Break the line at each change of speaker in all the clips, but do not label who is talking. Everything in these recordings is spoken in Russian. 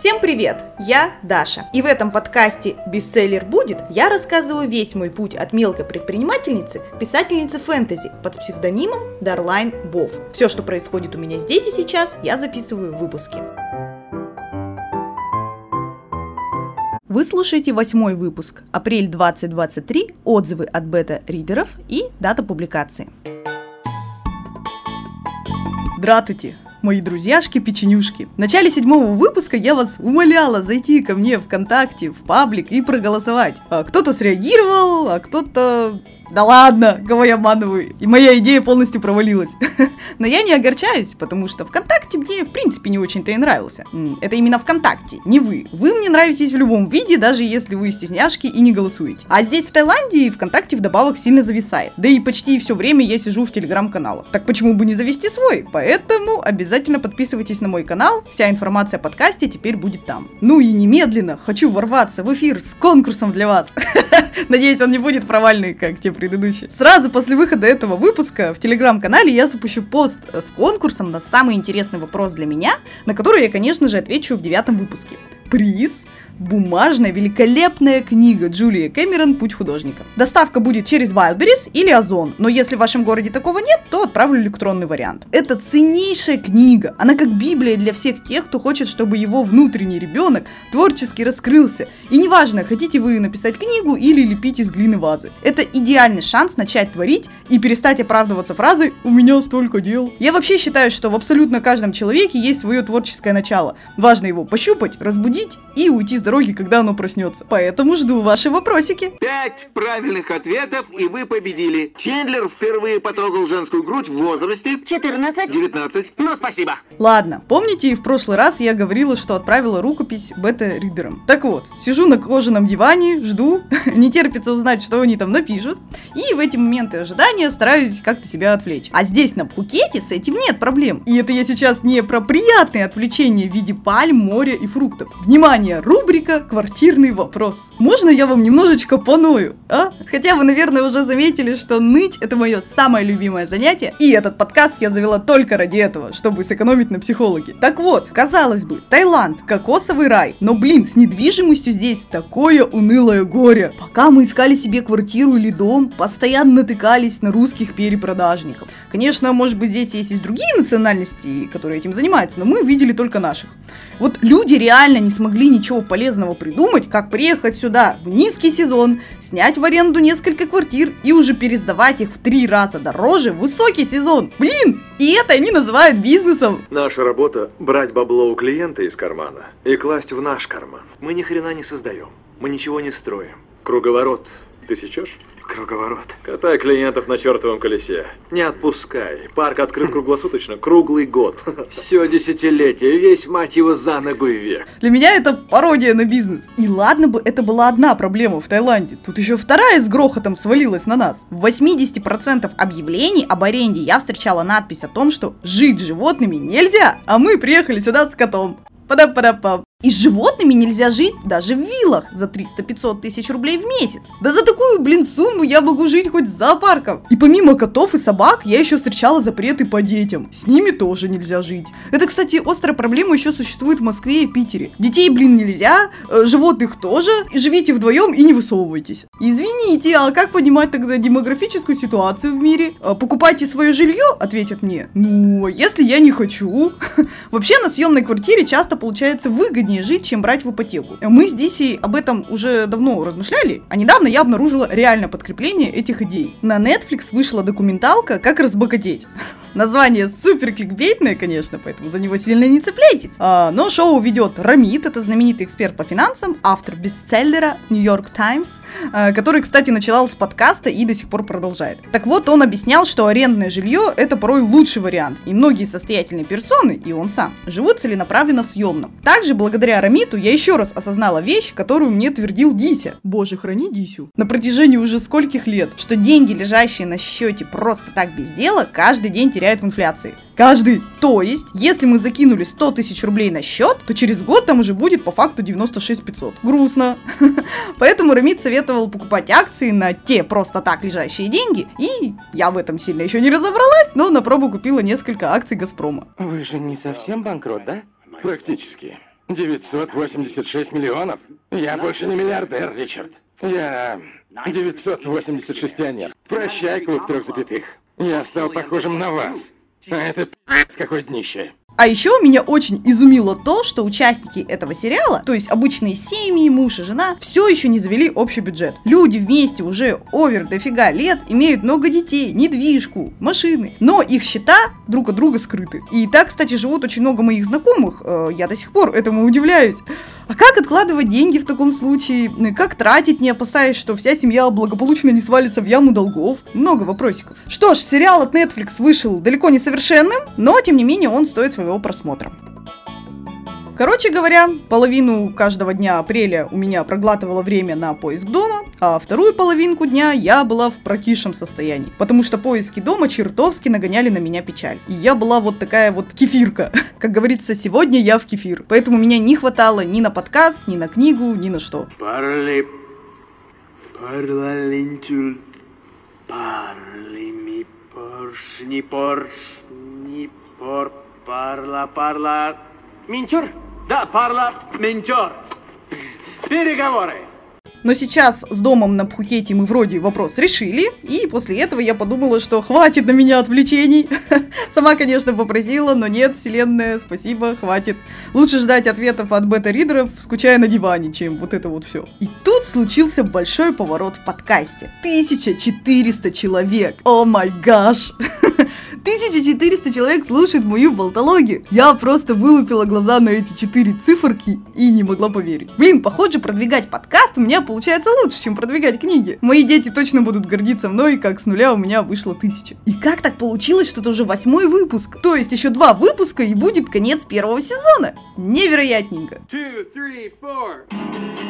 Всем привет! Я Даша. И в этом подкасте «Бестселлер будет» я рассказываю весь мой путь от мелкой предпринимательницы к писательнице фэнтези под псевдонимом Дарлайн Бов. Все, что происходит у меня здесь и сейчас, я записываю в выпуске. Вы слушаете 8-й выпуск, апрель 2023, отзывы от бета-ридеров и дата публикации. Здравствуйте, мои друзьяшки-печенюшки. В начале 7-го выпуска я вас умоляла зайти ко мне ВКонтакте, в паблик и проголосовать. Кто-то среагировал, а кто-то... Да ладно, кого я обманываю, и моя идея полностью провалилась. Но я не огорчаюсь, потому что ВКонтакте мне, в принципе, не очень-то и нравился. Это именно ВКонтакте, не вы. Вы мне нравитесь в любом виде, даже если вы стесняшки и не голосуете. А здесь, в Таиланде, ВКонтакте вдобавок сильно зависает. Да и почти все время я сижу в телеграм-каналах. Так почему бы не завести свой? Поэтому обязательно подписывайтесь на мой канал, вся информация о подкасте теперь будет там. Ну и немедленно хочу ворваться в эфир с конкурсом для вас. Надеюсь, он не будет провальный, как те предыдущие. Сразу после выхода этого выпуска в телеграм-канале я запущу пост с конкурсом на самый интересный вопрос для меня, на который я, конечно же, отвечу в 9-м выпуске. Приз — бумажная великолепная книга Джулии Кэмерон «Путь художника». Доставка будет через Wildberries или Озон, но если в вашем городе такого нет, то отправлю электронный вариант. Это ценнейшая книга, она как Библия для всех тех, кто хочет, чтобы его внутренний ребенок творчески раскрылся. И неважно, хотите вы написать книгу или лепить из глины вазы. Это идеальный шанс начать творить и перестать оправдываться фразой «у меня столько дел». Я вообще считаю, что в абсолютно каждом человеке есть свое творческое начало. Важно его пощупать, разбудить и уйти с дороги, когда оно проснется. Поэтому жду ваши вопросики.
5 правильных ответов, и вы победили. Чендлер впервые потрогал женскую грудь в возрасте
14.
19. Ну, спасибо.
Ладно, помните, в прошлый раз я говорила, что отправила рукопись бета-ридерам. Так вот, сижу на кожаном диване, жду, не терпится узнать, что они там напишут, и в эти моменты ожидания стараюсь как-то себя отвлечь. А здесь на Пхукете с этим нет проблем. И это я сейчас не про приятные отвлечения в виде пальм, моря и фруктов. Внимание, рубрика «Квартирный вопрос». Можно я вам немножечко поною, а? Хотя вы, наверное, уже заметили, что ныть — это мое самое любимое занятие, и этот подкаст я завела только ради этого, чтобы сэкономить на психологе. Так вот, казалось бы, Таиланд — кокосовый рай, но, с недвижимостью здесь такое унылое горе. Пока мы искали себе квартиру или дом, постоянно натыкались на русских перепродажников. Конечно, может быть, здесь есть и другие национальности, которые этим занимаются, но мы видели только наших. Вот люди реально не смогли ничего полезного придумать, как приехать сюда в низкий сезон, снять в аренду несколько квартир и уже пересдавать их в 3 раза дороже в высокий сезон. И это они называют бизнесом.
Наша работа – брать бабло у клиента из кармана и класть в наш карман. Мы ни хрена не создаем, мы ничего не строим. Круговорот. Ты сечешь? Круговорот. Катай клиентов на чертовом колесе. Не отпускай. Парк открыт круглосуточно, круглый год. Все десятилетие, весь, мать его, за ногу век.
Для меня это пародия на бизнес. И ладно бы это была одна проблема в Таиланде. Тут еще вторая с грохотом свалилась на нас. В 80% объявлений об аренде я встречала надпись о том, что жить с животными нельзя, а мы приехали сюда с котом. Пада-пада-пам. И с животными нельзя жить даже в виллах за 300-500 тысяч рублей в месяц. Да за такую, сумму я могу жить хоть с зоопарком. И помимо котов и собак, я еще встречала запреты по детям. С ними тоже нельзя жить. Это, кстати, острая проблема еще существует в Москве и Питере. Детей, нельзя, животных тоже. Живите вдвоем и не высовывайтесь. Извините, а как понимать тогда демографическую ситуацию в мире? Покупайте свое жилье, ответят мне. Ну, если я не хочу. Вообще на съемной квартире часто получается выгоднее жить, чем брать в ипотеку. Мы с Дисей об этом уже давно размышляли, а недавно я обнаружила реальное подкрепление этих идей. На Netflix вышла документалка «Как разбогатеть». Название супер кликбейтное, конечно, поэтому за него сильно не цепляйтесь. Но шоу ведет Рамит, это знаменитый эксперт по финансам, автор бестселлера New York Times, который, кстати, начинал с подкаста и до сих пор продолжает. Так вот, он объяснял, что арендное жилье — это порой лучший вариант, и многие состоятельные персоны, и он сам, живут целенаправленно в съемном. Также, благодаря Рамиту, я еще раз осознала вещь, которую мне твердил Дися. Боже, храни Дисю. На протяжении уже скольких лет, что деньги, лежащие на счете просто так без дела, каждый день теряют в инфляции. Каждый. То есть, если мы закинули 100 тысяч рублей на счет, то через год там уже будет по факту 96 500. Грустно. Поэтому Рамит советовал покупать акции на те просто так лежащие деньги. И я в этом сильно еще не разобралась, но на пробу купила несколько акций Газпрома.
Вы же не совсем банкрот, да?
Практически.
986 миллионов? Я больше не миллиардер, Ричард. Я 986-янер. Прощай, клуб 3 запятых. Я стал похожим на вас. А это пи***ц какое днище.
А еще меня очень изумило то, что участники этого сериала, то есть обычные семьи, муж и жена, все еще не завели общий бюджет. Люди вместе уже овер дофига лет, имеют много детей, недвижку, машины, но их счета друг от друга скрыты. И так, кстати, живут очень много моих знакомых, я до сих пор этому удивляюсь. А как откладывать деньги в таком случае? Как тратить, не опасаясь, что вся семья благополучно не свалится в яму долгов? Много вопросиков. Что ж, сериал от Netflix вышел далеко не совершенным, но, тем не менее, он стоит своего просмотра. Короче говоря, половину каждого дня апреля у меня проглатывало время на поиск дома, а вторую половинку дня я была в прокисшем состоянии, потому что поиски дома чертовски нагоняли на меня печаль. И я была вот такая вот кефирка. Как говорится, сегодня я в кефир. Поэтому меня не хватало ни на подкаст, ни на книгу, ни на что.
Парли ми парла. Минтер? Да, парламентер. Переговоры.
Но сейчас с домом на Пхукете мы вроде вопрос решили, и после этого я подумала, что хватит на меня отвлечений. Сама, конечно, попросила, но нет, вселенная, спасибо, хватит. Лучше ждать ответов от бета-ридеров, скучая на диване, чем вот это вот все. И тут случился большой поворот в подкасте. 1400 человек! О май гаш! 1400 человек слушает мою болтологию. Я просто вылупила глаза на эти 4 циферки и не могла поверить. Блин, похоже, продвигать подкаст у меня получается лучше, чем продвигать книги. Мои дети точно будут гордиться мной, как с нуля у меня вышло 1000. И как так получилось, что это уже 8-й выпуск? То есть еще 2 выпуска и будет конец 1-го сезона. Невероятненько.
2, 3, 4.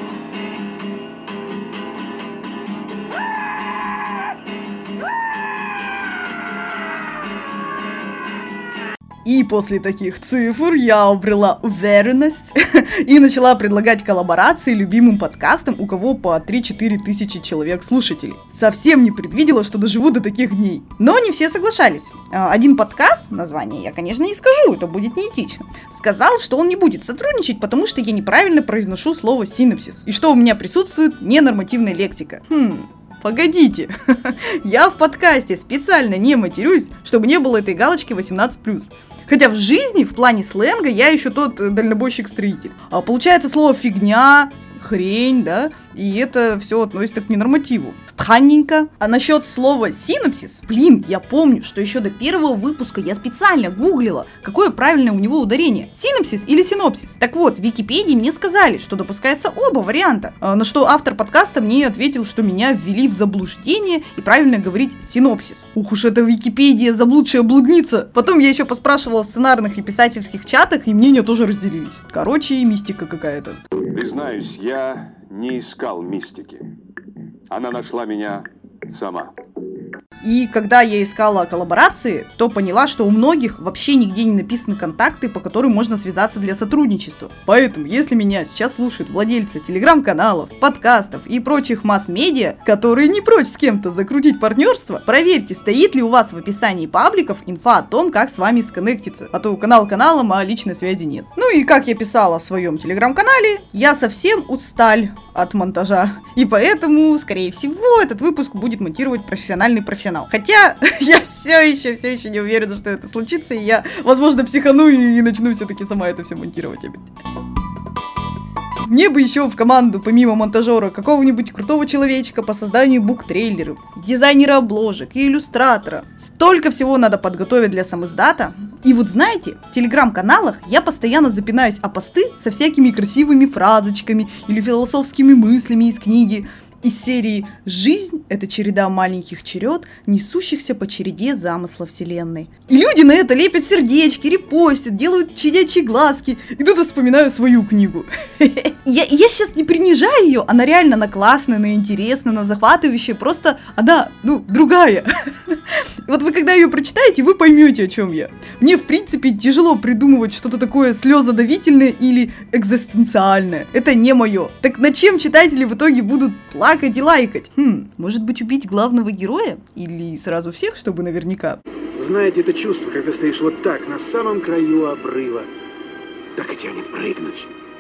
И после таких цифр я обрела уверенность и начала предлагать коллаборации любимым подкастам, у кого по 3-4 тысячи человек слушателей. Совсем не предвидела, что доживу до таких дней. Но не все соглашались. Один подкаст, название я, конечно, не скажу, это будет неэтично, сказал, что он не будет сотрудничать, потому что я неправильно произношу слово синапсис, и что у меня присутствует ненормативная лексика. Погодите, я в подкасте специально не матерюсь, чтобы не было этой галочки 18+. Хотя в жизни, в плане сленга, я еще тот дальнобойщик-строитель. А получается слово фигня, хрень, да, и это все относится к ненормативу. Странненько. А насчет слова синапсис, блин, я помню, что еще до 1-го выпуска я специально гуглила, какое правильное у него ударение, синапсис или синопсис. Так вот, в Википедии мне сказали, что допускается оба варианта, на что автор подкаста мне ответил, что меня ввели в заблуждение и правильно говорить синопсис. Ух уж эта Википедия, заблудшая блудница. Потом я еще поспрашивала в сценарных и писательских чатах, и мнения тоже разделились. Короче, мистика какая-то.
Признаюсь, я не искал мистики. Она нашла меня сама.
И когда я искала коллаборации, то поняла, что у многих вообще нигде не написаны контакты, по которым можно связаться для сотрудничества. Поэтому, если меня сейчас слушают владельцы телеграм-каналов, подкастов и прочих масс-медиа, которые не прочь с кем-то закрутить партнерство, проверьте, стоит ли у вас в описании пабликов инфа о том, как с вами сконнектиться. А то канал каналом, а личной связи нет. Ну и как я писала в своем телеграм-канале, я совсем устал от монтажа. И поэтому, скорее всего, этот выпуск будет монтировать профессиональный профессионал. Хотя я все еще не уверена, что это случится, и я, возможно, психану и начну все-таки сама это все монтировать опять. Мне бы еще в команду, помимо монтажера, какого-нибудь крутого человечка по созданию буктрейлеров, дизайнера обложек и иллюстратора. Столько всего надо подготовить для самиздата. И вот знаете, в телеграм-каналах я постоянно запинаюсь о посты со всякими красивыми фразочками или философскими мыслями из книги. Из серии «Жизнь – это череда маленьких черед, несущихся по череде замысла вселенной». И люди на это лепят сердечки, репостят, делают щадячие глазки. И тут я вспоминаю свою книгу. Я сейчас не принижаю ее, она реально на классная, на интересная, на захватывающая, просто она, другая. Вот вы когда ее прочитаете, вы поймете, о чем я. Мне, в принципе, тяжело придумывать что-то такое слезодавительное или экзистенциальное. Это не мое. Так над чем читатели в итоге будут плакать и лайкать? Может быть, убить главного героя? Или сразу всех, чтобы наверняка?
Знаете, это чувство, когда стоишь вот так, на самом краю обрыва. Так и тянет прыгнуть.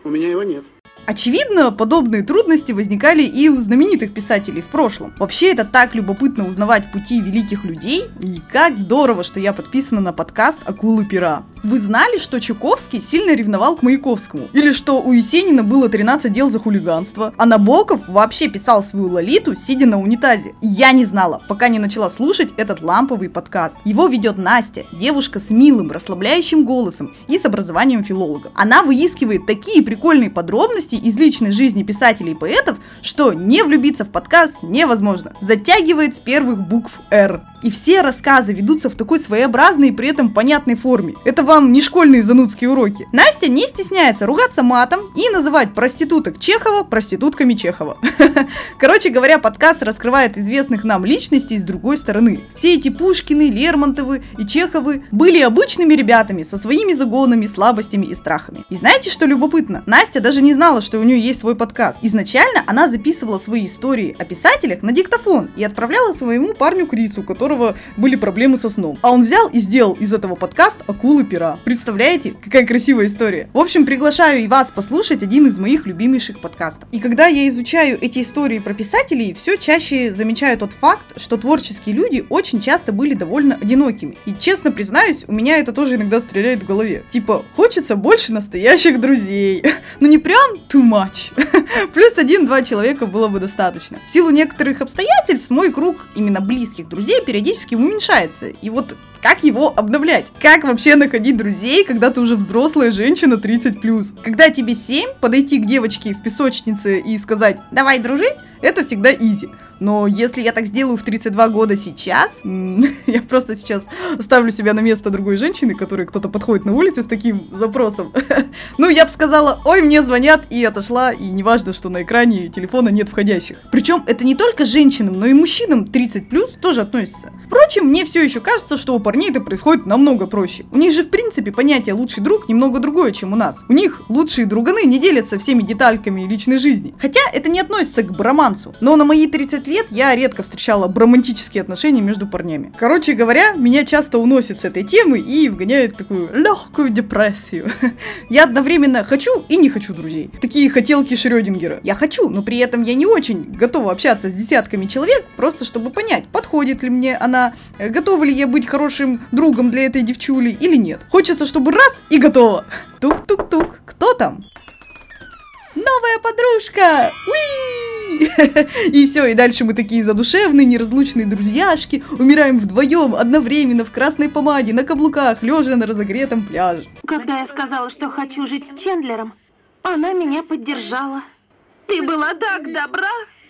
У меня его нет.
Очевидно, подобные трудности возникали и у знаменитых писателей в прошлом. Вообще, это так любопытно узнавать пути великих людей, и как здорово, что я подписана на подкаст «Акулы пера». Вы знали, что Чуковский сильно ревновал к Маяковскому? Или что у Есенина было 13 дел за хулиганство? А Набоков вообще писал свою Лолиту, сидя на унитазе? Я не знала, пока не начала слушать этот ламповый подкаст. Его ведет Настя, девушка с милым, расслабляющим голосом и с образованием филолога. Она выискивает такие прикольные подробности из личной жизни писателей и поэтов, что не влюбиться в подкаст невозможно. Затягивает с первых букв «Р». И все рассказы ведутся в такой своеобразной и при этом понятной форме. Это вам не школьные занудские уроки. Настя не стесняется ругаться матом и называть проституток Чехова проститутками Чехова. Короче говоря, подкаст раскрывает известных нам личностей с другой стороны. Все эти Пушкины, Лермонтовы и Чеховы были обычными ребятами со своими загонами, слабостями и страхами. И знаете, что любопытно? Настя даже не знала, что у нее есть свой подкаст. Изначально она записывала свои истории о писателях на диктофон и отправляла своему парню Крису, у которого были проблемы со сном. А он взял и сделал из этого подкаст «Акулы пера». Представляете, какая красивая история? В общем, приглашаю и вас послушать один из моих любимейших подкастов. И когда я изучаю эти истории про писателей, все чаще замечаю тот факт, что творческие люди очень часто были довольно одинокими. И честно признаюсь, у меня это тоже иногда стреляет в голове. Типа, хочется больше настоящих друзей. Ну не прям too much. Плюс 1-2 человека было бы достаточно. В силу некоторых обстоятельств мой круг именно близких друзей периодически уменьшается. И вот как его обновлять? Как вообще находить друзей, когда ты уже взрослая женщина 30+? Когда тебе 7, подойти к девочке в песочнице и сказать «давай дружить», это всегда изи. Но если я так сделаю в 32 года сейчас, я просто сейчас ставлю себя на место другой женщины, которой кто-то подходит на улице с таким запросом. Ну, я бы сказала, ой, мне звонят, и отошла, и неважно, что на экране телефона нет входящих. Причем это не только женщинам, но и мужчинам 30+ тоже относится. Впрочем, мне все еще кажется, что у парней это происходит намного проще. У них же, в принципе, понятие «лучший друг» немного другое, чем у нас. У них лучшие друганы не делятся всеми детальками личной жизни. Хотя это не относится к бромансу. Но на мои 30 лет я редко встречала бромантические отношения между парнями. Короче говоря, меня часто уносит с этой темы и вгоняет в такую легкую депрессию. Я одновременно хочу и не хочу друзей. Такие хотелки Шрёдингера. Я хочу, но при этом я не очень готова общаться с десятками человек, просто чтобы понять, подходит ли мне она, готова ли я быть хорошим другом для этой девчули или нет. Хочется, чтобы раз и готово. Тук-тук-тук. Кто там? Новая подружка! Уи! И все, и дальше мы такие задушевные, неразлучные друзьяшки, умираем вдвоем, одновременно, в красной помаде, на каблуках, лежа на разогретом пляже.
Когда я сказала, что хочу жить с Чендлером, она меня поддержала. Ты была так добра,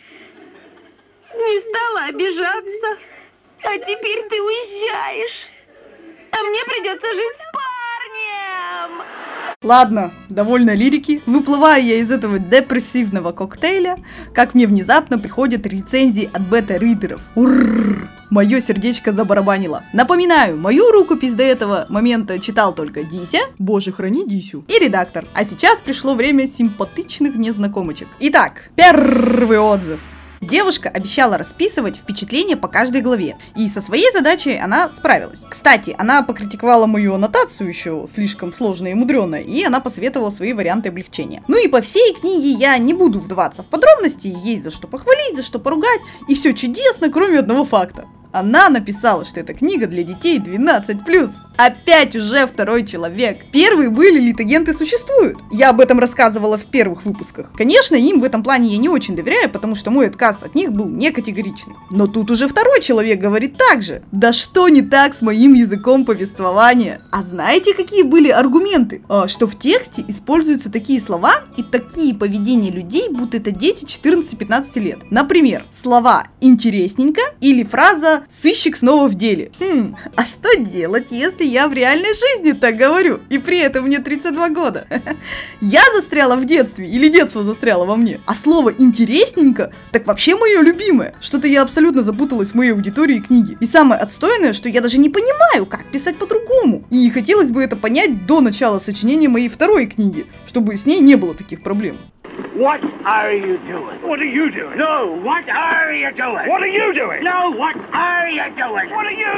не стала обижаться, а теперь ты уезжаешь, а мне придется жить с парнем.
Ладно, довольно лирики. Выплываю я из этого депрессивного коктейля, как мне внезапно приходят рецензии от бета-ридеров. Урррр, мое сердечко забарабанило. Напоминаю, мою рукопись до этого момента читал только Дися, боже храни Дисю, и редактор. А сейчас пришло время симпатичных незнакомочек. Итак, первый отзыв. Девушка обещала расписывать впечатления по каждой главе, и со своей задачей она справилась. Кстати, она покритиковала мою аннотацию еще слишком сложная и мудреная, и она посоветовала свои варианты облегчения. Ну и по всей книге я не буду вдаваться в подробности, есть за что похвалить, за что поругать, и все чудесно, кроме одного факта. Она написала, что эта книга для детей 12+. Опять уже второй человек. Первые были литагенты существуют. Я об этом рассказывала в первых выпусках. Конечно, им в этом плане я не очень доверяю, потому что мой отказ от них был не категоричный. Но тут уже второй человек говорит так же. Да что не так с моим языком повествования? А знаете, какие были аргументы? Что в тексте используются такие слова и такие поведения людей, будто это дети 14-15 лет. Например, слова «интересненько» или фраза «сыщик снова в деле». А что делать, если я в реальной жизни так говорю, и при этом мне 32 года? Я застряла в детстве, или детство застряло во мне? А слово «интересненько» так вообще мое любимое. Что-то я абсолютно запуталась в моей аудитории книги. И самое отстойное, что я даже не понимаю, как писать по-другому. И хотелось бы это понять до начала сочинения моей второй книги, чтобы с ней не было таких проблем.
What are you doing? What are you doing? No, what are you doing? What are you doing? No, what are you doing? What are you doing?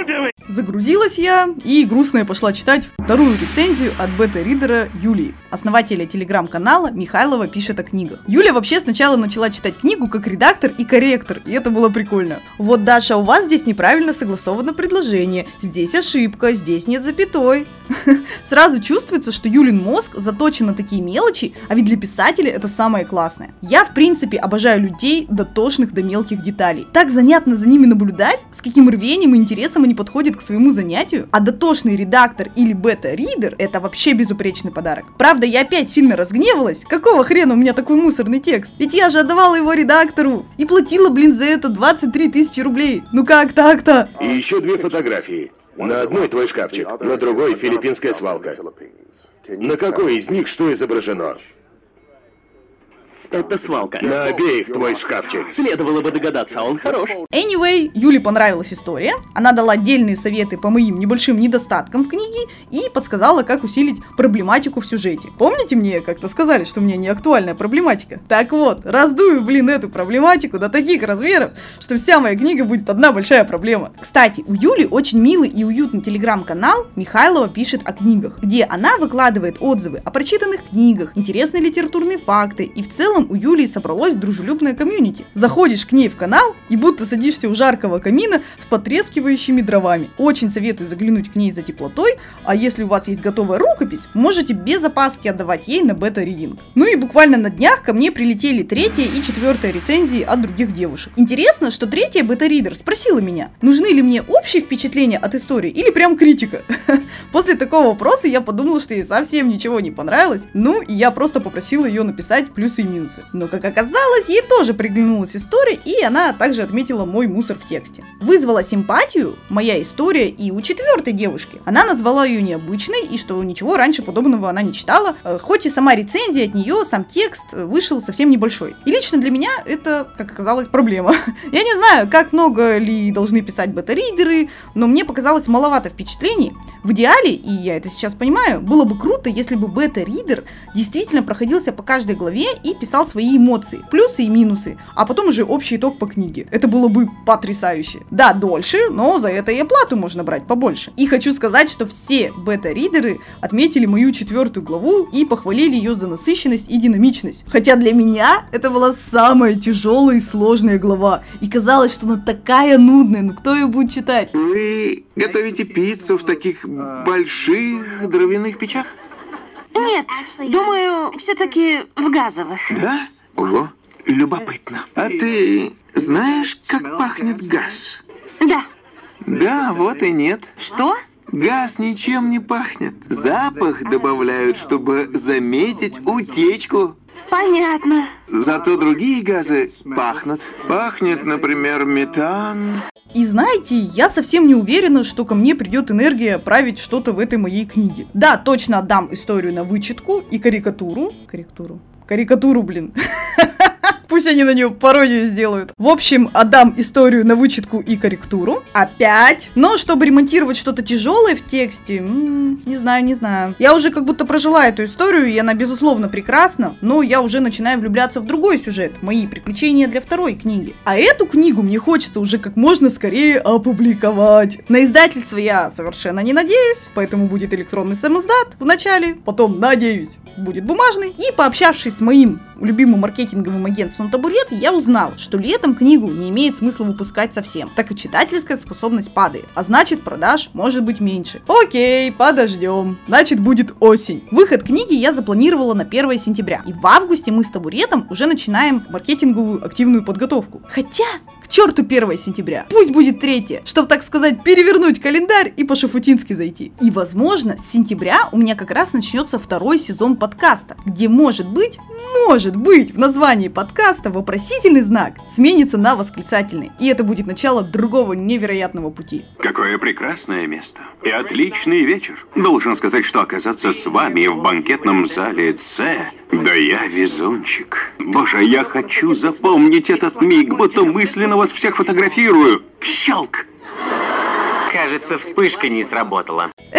Загрузилась я и грустная пошла читать вторую рецензию от бета-ридера Юлии, основателя телеграм-канала «Михайлова пишет о книгах». Юля вообще сначала начала читать книгу как редактор и корректор, и это было прикольно. Вот, Даша, у вас здесь неправильно согласовано предложение, здесь ошибка, здесь нет запятой. Сразу чувствуется, что Юлин мозг заточен на такие мелочи, а ведь для писателя это самое классное. Я, в принципе, обожаю людей, дотошных до мелких деталей. Так занятно за ними наблюдать, с каким рвением и интересом они подходят к своему занятию, а дотошный редактор или бета-ридер – это вообще безупречный подарок. Правда, я опять сильно разгневалась. Какого хрена у меня такой мусорный текст? Ведь я же отдавала его редактору и платила, за это 23 тысячи рублей. Ну как так-то?
И еще 2 фотографии. На одной твой шкафчик, на другой филиппинская свалка. На какой из них что изображено?
Это свалка.
На обеих твой шкафчик.
Следовало бы догадаться, он хорош.
Anyway, Юле понравилась история. Она дала отдельные советы по моим небольшим недостаткам в книге и подсказала, как усилить проблематику в сюжете. Помните, мне как-то сказали, что у меня не актуальная проблематика? Так вот, раздую, эту проблематику до таких размеров, что вся моя книга будет одна большая проблема. Кстати, у Юли очень милый и уютный телеграм-канал «Михайлова пишет о книгах», где она выкладывает отзывы о прочитанных книгах, интересные литературные факты, и в целом у Юлии собралось дружелюбное комьюнити. Заходишь к ней в канал и будто садишься у жаркого камина с потрескивающими дровами. Очень советую заглянуть к ней за теплотой, а если у вас есть готовая рукопись, можете без опаски отдавать ей на бета-ридинг. Ну и буквально на днях ко мне прилетели 3-я и 4-я рецензии от других девушек. Интересно, что 3-я бета-ридер спросила меня, нужны ли мне общие впечатления от истории или прям критика. После такого вопроса я подумала, что ей совсем ничего не понравилось, ну и я просто попросила ее написать плюсы и минусы. Но, как оказалось, ей тоже приглянулась история, и она также отметила мой мусор в тексте. Вызвала симпатию моя история и у 4-й девушки. Она назвала ее необычной, и что ничего раньше подобного она не читала, хоть и сама рецензия от нее, сам текст вышел совсем небольшой. И лично для меня это, как оказалось, проблема. Я не знаю, как много ли должны писать бета-ридеры, но мне показалось маловато впечатлений. В идеале, и я это сейчас понимаю, было бы круто, если бы бета-ридер действительно проходился по каждой главе и писал свои эмоции, плюсы и минусы, а потом уже общий итог по книге. Это было бы потрясающе. Да, дольше, но за это и оплату можно брать побольше. И хочу сказать, что все бета-ридеры отметили мою 4-ю главу и похвалили ее за насыщенность и динамичность. Хотя для меня это была самая тяжелая и сложная глава. И казалось, что она такая нудная, но кто ее будет читать?
Вы готовите пиццу в таких больших дровяных печах?
Нет, думаю, все-таки в газовых.
Да? Ого, любопытно. А ты знаешь, как пахнет газ?
Да.
Да, вот и нет.
Что?
Газ ничем не пахнет. Запах добавляют, чтобы заметить утечку.
Понятно.
Зато другие газы пахнут. Пахнет, например, метан.
И знаете, я совсем не уверена, что ко мне придет энергия править что-то в этой моей книге. Да, точно отдам историю на вычетку и карикатуру. Карикатуру, блин. Пусть они на нее пародию сделают. В общем, отдам историю на вычетку и корректуру. Опять. Но чтобы ремонтировать что-то тяжелое в тексте, не знаю. Я уже как будто прожила эту историю, и она, безусловно, прекрасна, но я уже начинаю влюбляться в другой сюжет. Мои приключения для 2-й книги. А эту книгу мне хочется уже как можно скорее опубликовать. На издательство я совершенно не надеюсь, поэтому будет электронный самиздат в начале, потом, надеюсь, будет бумажный. И пообщавшись с моим любимым маркетинговым агентством Табурет, я узнал, что летом книгу не имеет смысла выпускать совсем, так и читательская способность падает, а значит продаж может быть меньше. Окей, подождем. Значит будет осень. Выход книги я запланировала на 1 сентября, и в августе мы с Табуретом уже начинаем маркетинговую активную подготовку. Хотя, к черту 1 сентября, пусть будет 3, чтобы, так сказать, перевернуть календарь и по-шафутински зайти. И возможно, с сентября у меня как раз начнется 2-й сезон подкаста, где может быть, в названии подкаста вопросительный знак сменится на восклицательный. И это будет начало другого невероятного пути.
Какое прекрасное место. И отличный вечер. Должен сказать, что оказаться с вами в банкетном зале С. Да я везунчик. Боже, я хочу запомнить этот миг, будто мысленно вас всех фотографирую. Щелк!
Кажется, вспышка не сработала.
Эх,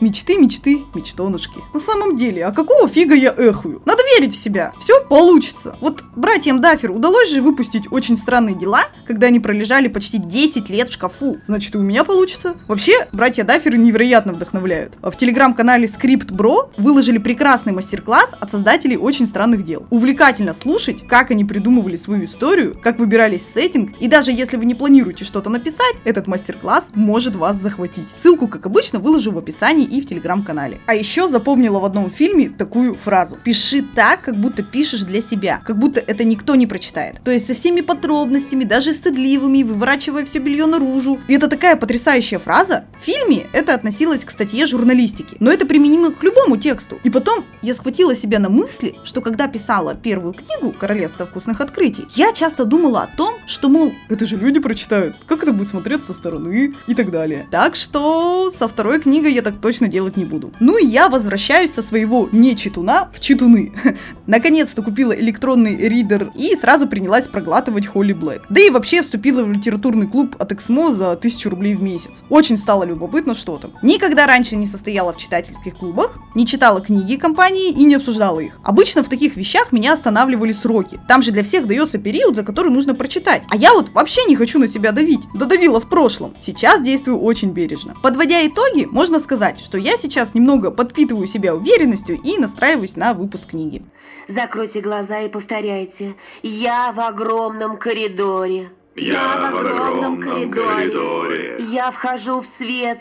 Мечты, мечтонушки. На самом деле, а какого фига я эхую? Надо верить в себя. Все получится. Вот братьям Даффер удалось же выпустить «Очень странные дела», когда они пролежали почти 10 лет в шкафу. Значит, и у меня получится. Вообще, братья Дафферы невероятно вдохновляют. В телеграм-канале Script Bro выложили прекрасный мастер-класс от создателей «Очень странных дел». Увлекательно слушать, как они придумывали свою историю, как выбирались сеттинг, и даже если вы не планируете что-то написать, этот мастер-класс может вас захватить. Ссылку, как обычно, выложу в описании и в телеграм-канале. А еще запомнила в одном фильме такую фразу: «Пиши так, как будто пишешь для себя, как будто это никто не прочитает». То есть со всеми подробностями, даже стыдливыми, выворачивая все белье наружу. И это такая потрясающая фраза. В фильме это относилось к статье журналистики, но это применимо к любому тексту. И потом я схватила себя на мысли, что когда писала первую книгу «Королевство вкусных открытий», я часто думала о том, что, мол, это же люди прочитают, как это будет смотреться со стороны и так далее. Так что со второй книгой я так точно делать не буду. Ну и я возвращаюсь со своего не-читуна в читуны. Наконец-то купила электронный ридер и сразу принялась проглатывать Холли Блэк. Да и вообще вступила в литературный клуб от Эксмо за 1000 рублей в месяц. Очень стало любопытно, что там. Никогда раньше не состояла в читательских клубах, не читала книги компании и не обсуждала их. Обычно в таких вещах меня останавливали сроки. Там же для всех дается период, за который нужно прочитать. А я вот вообще не хочу на себя давить. Додавила в прошлом. Сейчас действую очень бережно. Подводя итоги, можно сказать, что я сейчас немного подпитываю себя уверенностью и настраиваюсь на выпуск книги.
Закройте глаза и повторяйте: «Я в огромном коридоре».
Я в огромном коридоре.
Я вхожу в свет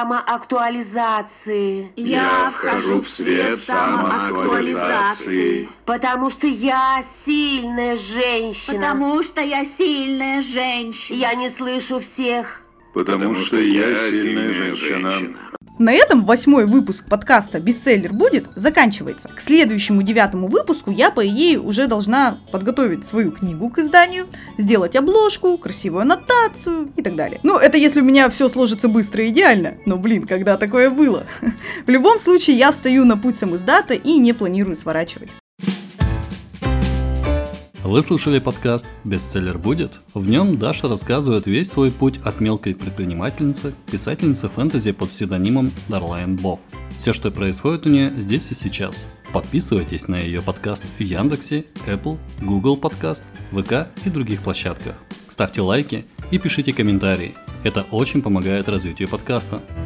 самоактуализации.
Я вхожу в свет самоактуализации.
Потому что я сильная женщина.
Потому что я сильная женщина.
Я не слышу всех.
Потому что я сильная женщина.
На этом 8-й выпуск подкаста «Бестселлер будет» заканчивается. К следующему 9-му выпуску я, по идее, уже должна подготовить свою книгу к изданию, сделать обложку, красивую аннотацию и так далее. Ну, это если у меня все сложится быстро и идеально. Но, блин, когда такое было? В любом случае, я встаю на путь самиздата и не планирую сворачивать.
Вы слушали подкаст «Бестселлер будет». В нем Даша рассказывает весь свой путь от мелкой предпринимательницы к писательнице фэнтези под псевдонимом Дарлайн Бов. Все, что происходит у нее здесь и сейчас. Подписывайтесь на ее подкаст в Яндексе, Apple, Google Подкаст, ВК и других площадках. Ставьте лайки и пишите комментарии. Это очень помогает развитию подкаста.